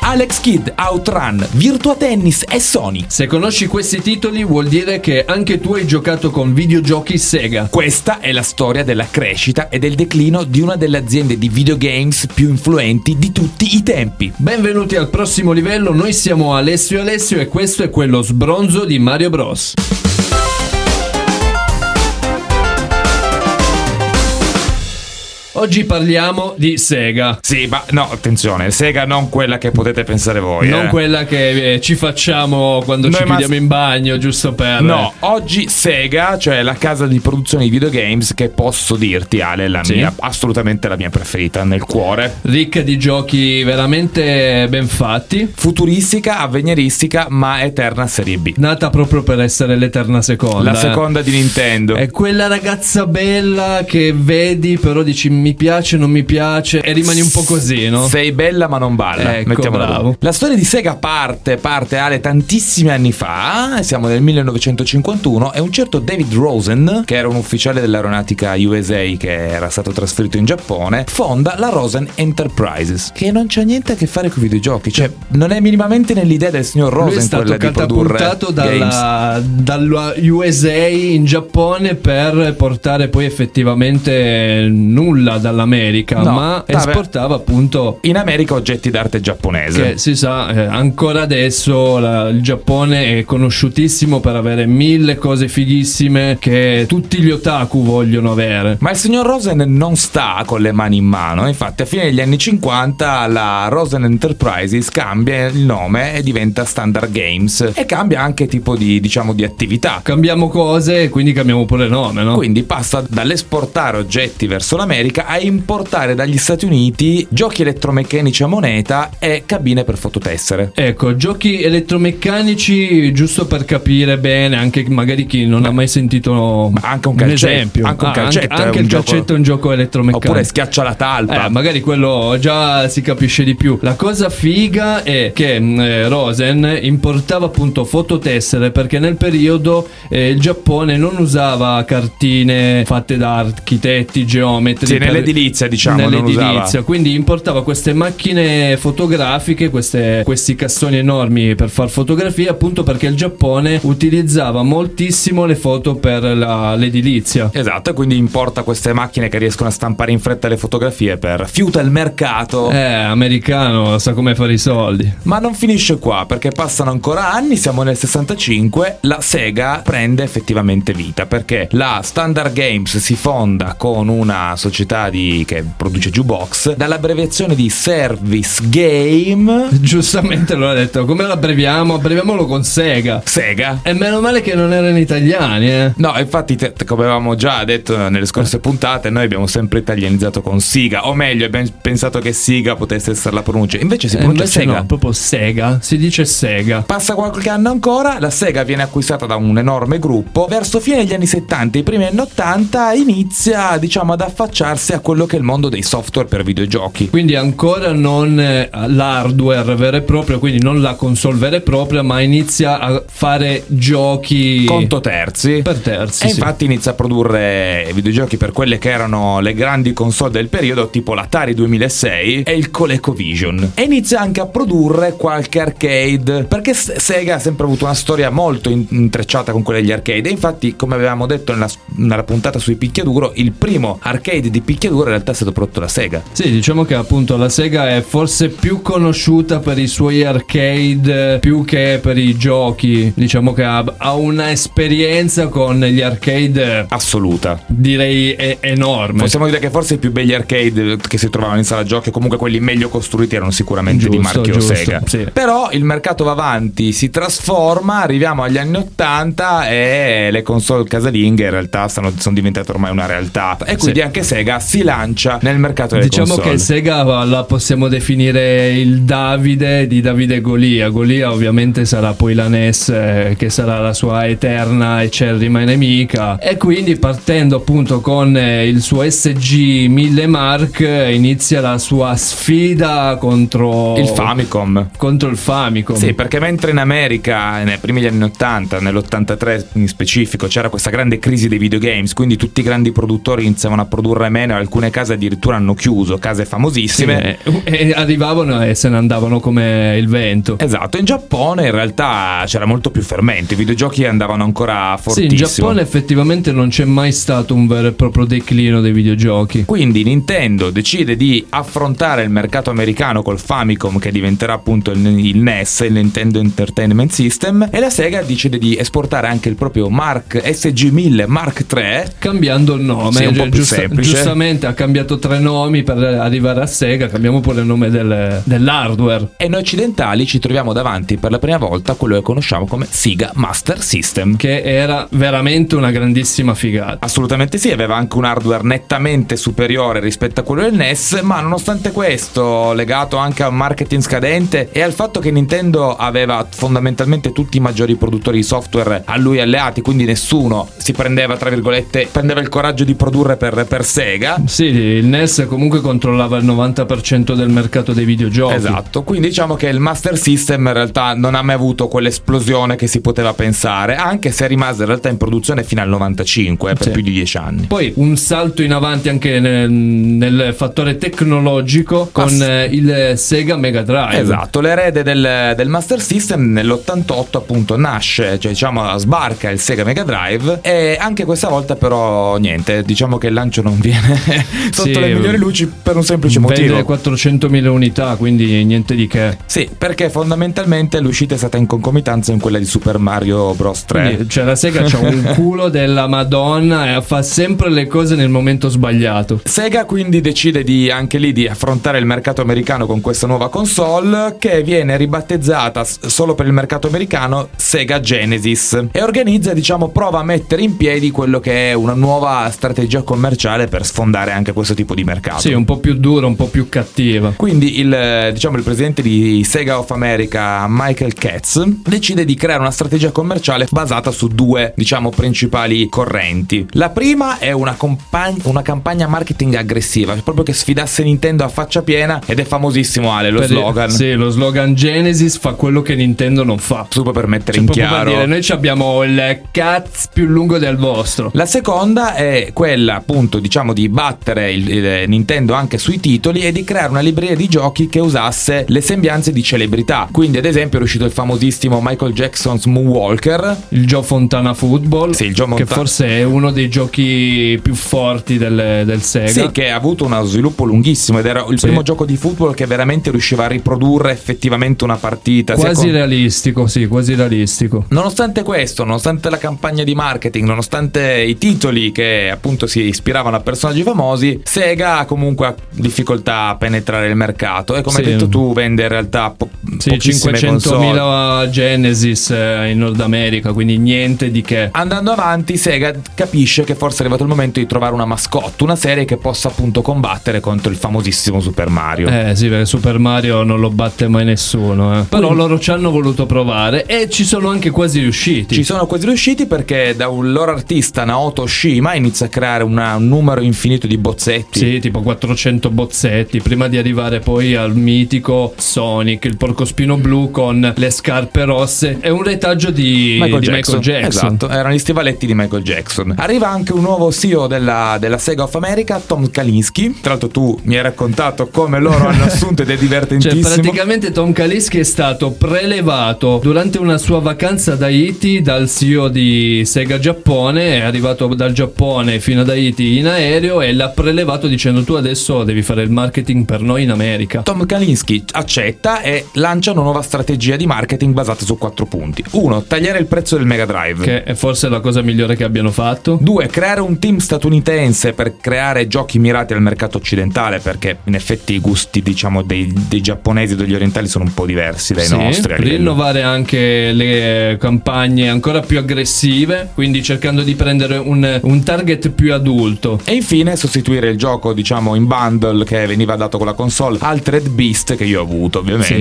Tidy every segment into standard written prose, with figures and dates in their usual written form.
Alex Kidd, Outrun, Virtua Tennis e Sonic. Se conosci questi titoli vuol dire che anche tu hai giocato con videogiochi Sega. Questa è la storia della crescita e del declino di una delle aziende di videogames più influenti di tutti i tempi. Benvenuti al prossimo livello, noi siamo Alessio e questo è quello sbronzo di Mario Bros. Oggi parliamo di Sega. Sì, ma no, attenzione, Sega non quella che potete pensare voi. Non quella che ci facciamo quando noi ci chiudiamo in bagno, giusto per... No, oggi Sega, cioè la casa di produzione di videogames che posso dirti, Ale, è la mia, assolutamente la mia preferita nel cuore. Ricca di giochi veramente ben fatti. Futuristica, avveniristica, ma eterna serie B. Nata proprio per essere l'eterna seconda. La seconda di Nintendo. È quella ragazza bella che vedi, però dici mi piace, non mi piace e rimani un po' così, no? Sei bella ma non balla, ecco, bravo. La storia di Sega parte Ale tantissimi anni fa, siamo nel 1951 e un certo David Rosen, che era un ufficiale dell'aeronautica USA che era stato trasferito in Giappone, fonda la Rosen Enterprises, che non c'ha niente a che fare con i videogiochi, cioè non è minimamente nell'idea del signor Rosen. Lui è stato catapultato dalla USA in Giappone per portare poi effettivamente nulla dall'America, ma esportava appunto in America oggetti d'arte giapponese. Che si sa, ancora adesso il Giappone è conosciutissimo per avere 1000 cose fighissime che tutti gli otaku vogliono avere. Ma il signor Rosen non sta con le mani in mano, infatti a fine degli anni 50 la Rosen Enterprises cambia il nome e diventa Standard Games e cambia anche tipo di attività. Cambiamo cose e quindi cambiamo pure il nome, no? Quindi passa dall'esportare oggetti verso l'America a importare dagli Stati Uniti giochi elettromeccanici a moneta e cabine per fototessere. Ecco, giochi elettromeccanici, giusto per capire bene, anche magari chi non ha mai sentito anche un calcetto, esempio. Anche un calcetto, anche il calcetto è un gioco elettromeccanico. Oppure schiaccia la talpa. Magari quello già si capisce di più. La cosa figa è che Rosen importava appunto fototessere perché nel periodo il Giappone non usava cartine fatte da architetti, geometri. Sì, nell'edilizia nell'edilizia, quindi importava queste macchine fotografiche, questi cassoni enormi per far fotografie, appunto perché il Giappone utilizzava moltissimo le foto per l'edilizia. Esatto, quindi importa queste macchine che riescono a stampare in fretta le fotografie per fiuta il mercato. Americano, sa come fare i soldi. Ma non finisce qua, perché passano ancora anni, siamo nel 65, la Sega prende effettivamente vita, perché la Standard Games si fonda con una società che produce jukebox dall'abbreviazione di Service Game. Giustamente lo ha detto, come abbreviamolo con Sega. E meno male che non erano italiani, No, infatti come avevamo già detto nelle scorse puntate, noi abbiamo sempre italianizzato con Siga, o meglio abbiamo pensato che Siga potesse essere la pronuncia, invece si pronuncia Sega. No, proprio Sega, si dice Sega. Passa qualche anno ancora, la Sega viene acquistata da un enorme gruppo, verso fine degli anni 70 e i primi anni 80 inizia ad affacciarsi a quello che è il mondo dei software per videogiochi. Quindi ancora non l'hardware vero e proprio, quindi non la console vera e propria, ma inizia a fare giochi conto terzi. Per terzi. E infatti inizia a produrre videogiochi per quelle che erano le grandi console del periodo, tipo l'Atari 2006 e il ColecoVision. E inizia anche a produrre qualche arcade, perché Sega ha sempre avuto una storia molto intrecciata con quella degli arcade. E infatti, come avevamo detto nella puntata sui picchiaduro, il primo arcade di picchiaduro in realtà è stato prodotto da Sega. Sì, diciamo che appunto la Sega è forse più conosciuta per i suoi arcade più che per i giochi. Diciamo che ha una esperienza con gli arcade assoluta, direi enorme. Possiamo dire che forse i più belli arcade che si trovavano in sala giochi, comunque quelli meglio costruiti, erano sicuramente di marchio Sega. Sì. Però il mercato va avanti, si trasforma, arriviamo agli anni 80 e le console casalinghe in realtà sono diventate ormai una realtà, e quindi anche Sega si lancia nel mercato delle console. Diciamo che Sega la possiamo definire il Davide di Davide e Golia. Golia ovviamente sarà poi la NES, che sarà la sua eterna e cerrima nemica, e quindi partendo appunto con il suo SG 1000 Mark inizia la sua sfida contro il Famicom. Sì, perché mentre in America nei primi degli anni 80, nell'83 in specifico, c'era questa grande crisi dei videogames, quindi tutti i grandi produttori iniziavano a produrre meno alcune case addirittura hanno chiuso, case famosissime. Sì, e arrivavano e se ne andavano come il vento. Esatto, in Giappone in realtà c'era molto più fermento, i videogiochi andavano ancora fortissimo. Sì, in Giappone effettivamente non c'è mai stato un vero e proprio declino dei videogiochi. Quindi Nintendo decide di affrontare il mercato americano col Famicom, che diventerà appunto il NES, il Nintendo Entertainment System, e la Sega decide di esportare anche il proprio Mark SG-1000 Mark III, cambiando il nome. Sì, un po' più semplice. Giustamente ha cambiato 3 nomi per arrivare a Sega, cambiamo pure il nome dell'hardware. E noi occidentali ci troviamo davanti per la prima volta a quello che conosciamo come Sega Master System, che era veramente una grandissima figata. Assolutamente sì, aveva anche un hardware nettamente superiore rispetto a quello del NES, ma nonostante questo, legato anche a un marketing scadente e al fatto che Nintendo aveva fondamentalmente tutti i maggiori produttori di software a lui alleati, quindi nessuno si prendeva, tra virgolette, prendeva il coraggio di produrre per Sega. Sì, il NES comunque controllava il 90% del mercato dei videogiochi. Esatto, quindi diciamo che il Master System in realtà non ha mai avuto quell'esplosione che si poteva pensare, anche se rimase in realtà in produzione fino al 95, per più di 10 anni. Poi un salto in avanti anche nel fattore tecnologico con il Sega Mega Drive. Esatto, l'erede del Master System nell'88 appunto nasce, cioè diciamo sbarca il Sega Mega Drive, e anche questa volta però niente, diciamo che il lancio non viene sotto le migliori luci per un semplice motivo. Vende 400.000 unità, quindi niente di che. Sì, perché fondamentalmente l'uscita è stata in concomitanza in quella di Super Mario Bros 3. Quindi, cioè la Sega c'ha un culo della Madonna e fa sempre le cose nel momento sbagliato. Sega quindi decide anche lì di affrontare il mercato americano con questa nuova console, che viene ribattezzata solo per il mercato americano Sega Genesis, e organizza, diciamo, prova a mettere in piedi quello che è una nuova strategia commerciale per sfondare anche questo tipo di mercato. Sì, un po' più dura, un po' più cattiva. Quindi il presidente di Sega of America, Michael Katz, decide di creare una strategia commerciale basata su 2, diciamo, principali correnti. La prima è una campagna marketing aggressiva, proprio che sfidasse Nintendo a faccia piena, ed è famosissimo, Ale, lo slogan. Sì, lo slogan Genesis fa quello che Nintendo non fa. Super per mettere in chiaro. Per dire, noi abbiamo il cazzo più lungo del vostro. La seconda è quella, appunto, diciamo, di battere il Nintendo anche sui titoli e di creare una libreria di giochi che usasse le sembianze di celebrità. Quindi ad esempio è uscito il famosissimo Michael Jackson's Moonwalker, il Joe Fontana Football, sì, il Joe che forse è uno dei giochi più forti del Sega. Sì, che ha avuto uno sviluppo lunghissimo ed era il primo gioco di football che veramente riusciva a riprodurre effettivamente una partita. Quasi realistico, sì, quasi realistico. Nonostante questo, nonostante la campagna di marketing, nonostante i titoli che appunto si ispiravano a personaggi famosi, Sega ha comunque difficoltà a penetrare il mercato, e come hai detto tu vende in realtà pochissime 500.000 Genesis in Nord America, quindi niente di che. Andando avanti, Sega capisce che forse è arrivato il momento di trovare una mascotte, una serie che possa appunto combattere contro il famosissimo Super Mario. Sì, perché Super Mario non lo batte mai nessuno. Però loro ci hanno voluto provare e ci sono anche quasi riusciti. Ci sono quasi riusciti perché da un loro artista, Naoto Shima, inizia a creare un numero infinito di bozzetti. Sì, tipo 400 bozzetti, prima di arrivare poi al mitico Sonic, il porcospino blu con le scarpe rosse. È un retaggio di Michael Jackson. Esatto, erano gli stivaletti di Michael Jackson. Arriva anche un nuovo CEO della Sega of America, Tom Kalinske. Tra l'altro tu mi hai raccontato come loro hanno assunto, ed è divertentissimo. Cioè praticamente Tom Kalinske è stato prelevato durante una sua vacanza ad Haiti dal CEO di Sega Giappone. È arrivato dal Giappone fino ad Haiti in aereo e l'ha prelevato dicendo: tu adesso devi fare il marketing per noi in America. Tom Kalinske accetta e lancia una nuova strategia di marketing basata su 4 punti. 1. Tagliare il prezzo del Mega Drive, che è forse la cosa migliore che abbiano fatto. 2. Creare un team statunitense per creare giochi mirati al mercato occidentale, perché in effetti i gusti, diciamo, dei giapponesi e degli orientali sono un po' diversi dai nostri. Rinnovare anche le campagne ancora più aggressive, quindi cercando di prendere un target più adulto. E infine sostituire il gioco, diciamo, in bundle che veniva dato con la console Altered Beast, che io ho avuto ovviamente. Sì, che non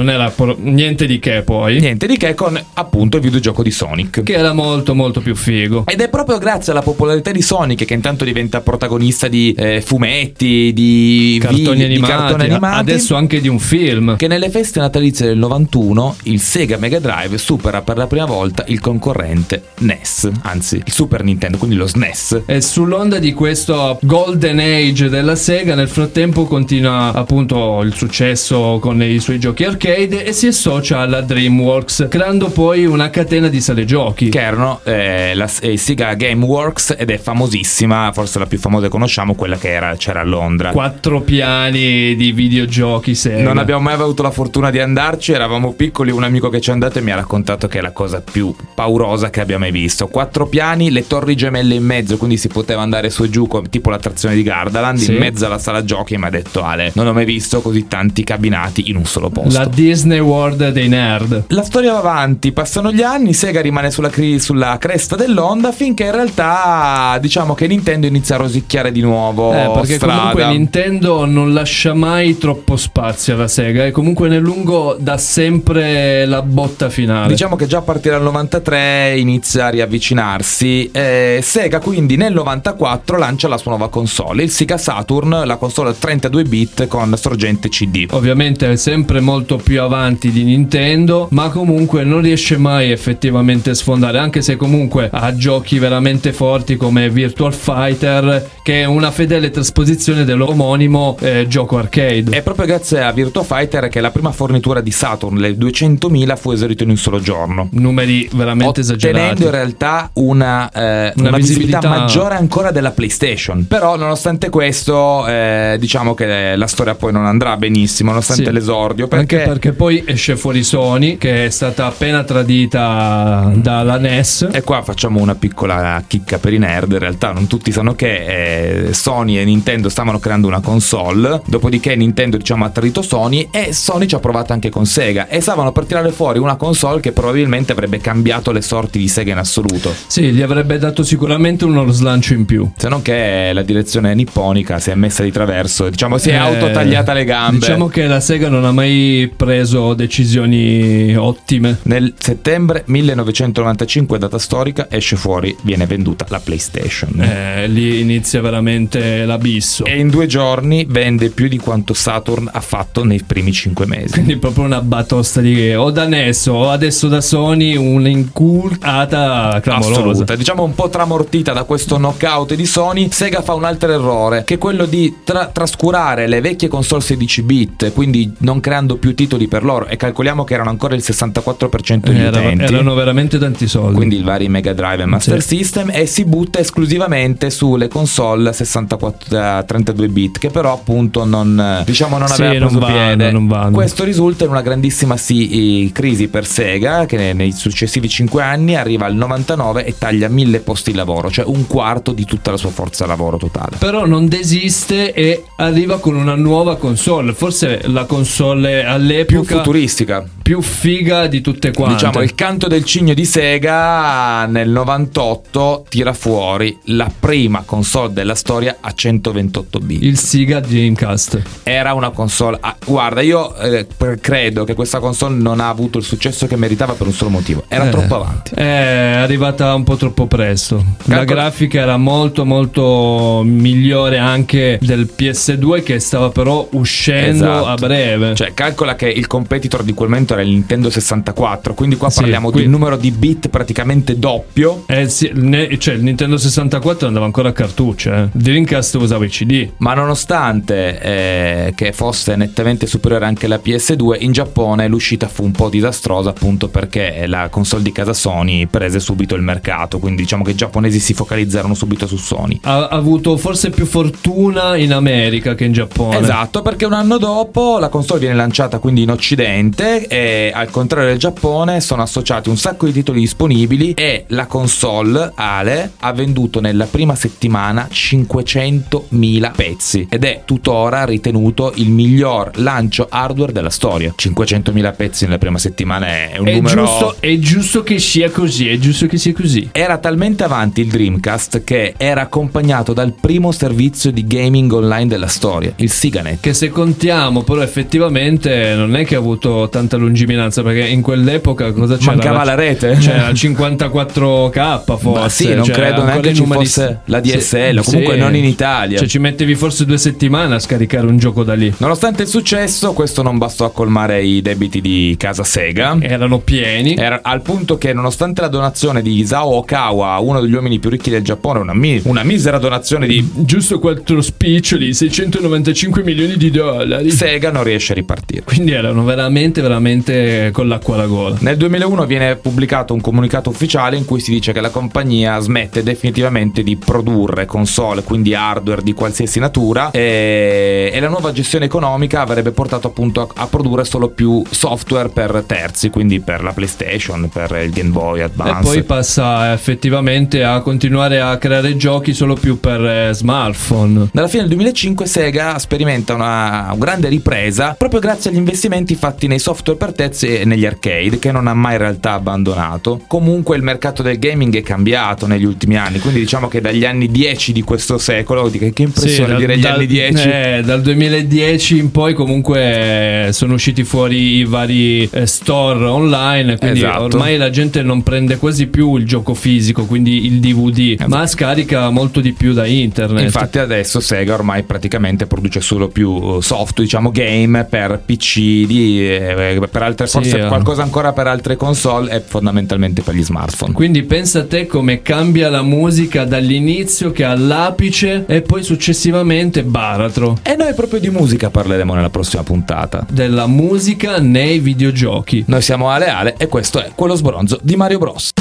non era niente di che poi. Niente di che, con appunto il videogioco di Sonic, che era molto molto più figo. Ed è proprio grazie alla popolarità di Sonic che intanto diventa protagonista di fumetti, di cartoni animati, adesso anche di un film, che nelle feste natalizie del 91 il Sega Mega Drive supera per la prima volta il concorrente NES, anzi il Super Nintendo, quindi lo SNES. E sull'onda di questo golden age della Sega, nel frattempo continua appunto il successo con i suoi giochi arcade e si associa alla DreamWorks, creando poi una catena di sale giochi che erano la Sega Gameworks, ed è famosissima, forse la più famosa che conosciamo, quella che c'era a Londra. 4 piani di videogiochi Sega. Non abbiamo mai avuto la fortuna di andarci, eravamo piccoli, un amico che ci è andato e mi ha raccontato che è la cosa più paurosa che abbia mai visto. 4 piani, le torri gemelle in mezzo, quindi si poteva andare su e giù tipo l'attrazione di Gardaland, sì, in mezzo alla sala giochi, e mi ha detto: Ale, non ho mai visto così tanti cabinati in un solo posto. La Disney World dei nerd. La storia va avanti, passano gli anni, Sega rimane sulla cresta dell'onda, finché in realtà diciamo che Nintendo inizia a rosicchiare di nuovo perché strada. Comunque Nintendo non lascia mai troppo spazio alla Sega e comunque nel lungo dà sempre la botta finale. Diciamo che già a partire dal 93 inizia a riavvicinarsi. Sega quindi nel 94 lancia la sua nuova console, il Sega Saturn, la console 32 bit con sorgente CD. Ovviamente è sempre molto più avanti di Nintendo, ma comunque non riesce mai effettivamente a sfondare, anche se comunque ha giochi veramente forti come Virtual Fighter, che è una fedele trasposizione dell'omonimo gioco arcade. È proprio grazie a Virtua Fighter che la prima fornitura di Saturn, le 200.000, fu esaurita in un solo giorno. Numeri veramente esagerati. Ottenendo in realtà una visibilità maggiore ancora della PlayStation. Però nonostante questo diciamo che la storia poi non andrà benissimo, nonostante l'esordio. Anche perché poi esce fuori Sony, che è stata appena tradita dalla NES. E qua facciamo una piccola chicca per i nerd. In realtà non tutti sanno che Sony e Nintendo stavano creando una console, dopodiché Nintendo ha tradito Sony e Sony ci ha provato anche con Sega, e stavano per tirare fuori una console che probabilmente avrebbe cambiato le sorti di Sega in assoluto. Sì, gli avrebbe dato sicuramente uno slancio in più. Se non che la direzione nipponica si è messa di traverso, si è autotagliata le gambe. Diciamo che la Sega non ha mai preso decisioni ottime. Nel settembre 1995, data storica, viene venduta la PlayStation. Lì inizia veramente l'abisso. E in 2 giorni vende più di quanto Saturn ha fatto nei primi 5 mesi. Quindi proprio una batosta di o da NES o adesso da Sony, un'inculcata clamorosa. Assoluta. Diciamo un po' tramortita da questo knockout di Sony, Sega fa un altro errore, che è quello di trascurare le vecchie console 16 bit, quindi non creando più titoli per loro, e calcoliamo che erano ancora il 64% di utenti. Erano veramente tanti soldi. Quindi i vari Mega Drive e Master System, e si butta esclusivamente sulle console 32 bit, che però appunto non aveva preso piede. Non vanno. Questo risulta in una grandissima crisi per Sega, che nei successivi 5 anni arriva al 99 e taglia 1000 posti di lavoro, cioè un quarto di tutta la sua forza lavoro totale. Però non desiste e arriva con una nuova console, forse la console all'epoca più futuristica, più figa di tutte quante. Diciamo il canto del cigno di Sega nel 98 tira fuori la prima console della storia a 128 bit. Il Sega Dreamcast. Era una console guarda, io credo che questa console non ha avuto il successo che meritava per un solo motivo: era troppo avanti. È arrivata un po' troppo presto. La grafica era molto molto migliore anche del PS2, che stava però uscendo a breve. Cioè calcola che il competitor di quel momento era il Nintendo 64, quindi qua parliamo di un numero di bit praticamente doppio. Cioè il Nintendo 64 andava ancora a cartucce. Dreamcast usava i CD. Ma nonostante che fosse nettamente superiore anche la PS2, in Giappone l'uscita fu un po' disastrosa, appunto perché la console di casa Sony prese subito il mercato, quindi diciamo che i giapponesi si focalizzarono subito su Sony. Ha avuto forse più fortuna in America che in Giappone. Esatto, perché un anno dopo la console viene lanciata quindi in Occidente, e al contrario del Giappone sono associati un sacco di titoli disponibili, e la console, Ale, ha venduto nella prima settimana 500.000 pezzi ed è tuttora ritenuto il miglior lancio hardware della storia. 500.000 pezzi nella prima settimana è un numero... È giusto che sia così, è giusto che sia così. Era talmente avanti il Dreamcast che era accompagnato dal primo servizio di gaming online della storia, il Seganet. Che se contiamo però effettivamente non è che ha avuto tanta lungimiranza, perché in quell'epoca cosa c'era? Mancava la rete. C'era il 54K forse. Ma sì, non cioè, credo ancora neanche i ci numeri- fosse la DSL, Sì, comunque sì. non in Italia. Cioè ci mettevi forse 2 settimane a scaricare un gioco da lì. Nonostante il successo, questo non bastò a colmare i debiti di casa Sega. Erano pieni. Era al punto che, nonostante la donazione di Isao Okawa, uno degli uomini più ricchi del Giappone, una misera donazione di Giusto 4 spiccioli, 695 milioni di dollari. Sega, non riesce a ripartire. Quindi erano veramente con l'acqua alla gola. Nel 2001 viene pubblicato un comunicato ufficiale in cui si dice che la compagnia smette definitivamente di produrre console, quindi hardware di qualsiasi natura, e la nuova gestione economica avrebbe portato appunto a produrre solo più software per terzi, quindi per la PlayStation, per il Game Boy Advance. E poi passa effettivamente a continuare a creare giochi solo più per smartphone. Nella fine del 2005 Sega sperimenta una grande ripresa proprio grazie agli investimenti fatti nei software per terzi e negli arcade, che non ha mai in realtà abbandonato. Comunque il mercato del gaming è cambiato negli ultimi anni, quindi diciamo che dagli anni 10 di questo secolo, che impressione dire gli anni 10. Dal 2010 in poi comunque sono usciti fuori i vari store online, quindi Esatto. ormai la gente non prende quasi più il gioco fisico, quindi il DVD, ma scarica molto di più da internet. Infatti adesso Sega ormai praticamente produce solo più software, diciamo game per PC, per altre, forse qualcosa ancora per altre console e fondamentalmente per gli smartphone. Quindi pensa a te come cambia la musica dall'inizio, che è all'apice, e poi successivamente baratro. E noi proprio di musica parleremo nella prossima puntata. Della musica nei videogiochi. Noi siamo Ale e questo è Quello Sbronzo di Mario Bros.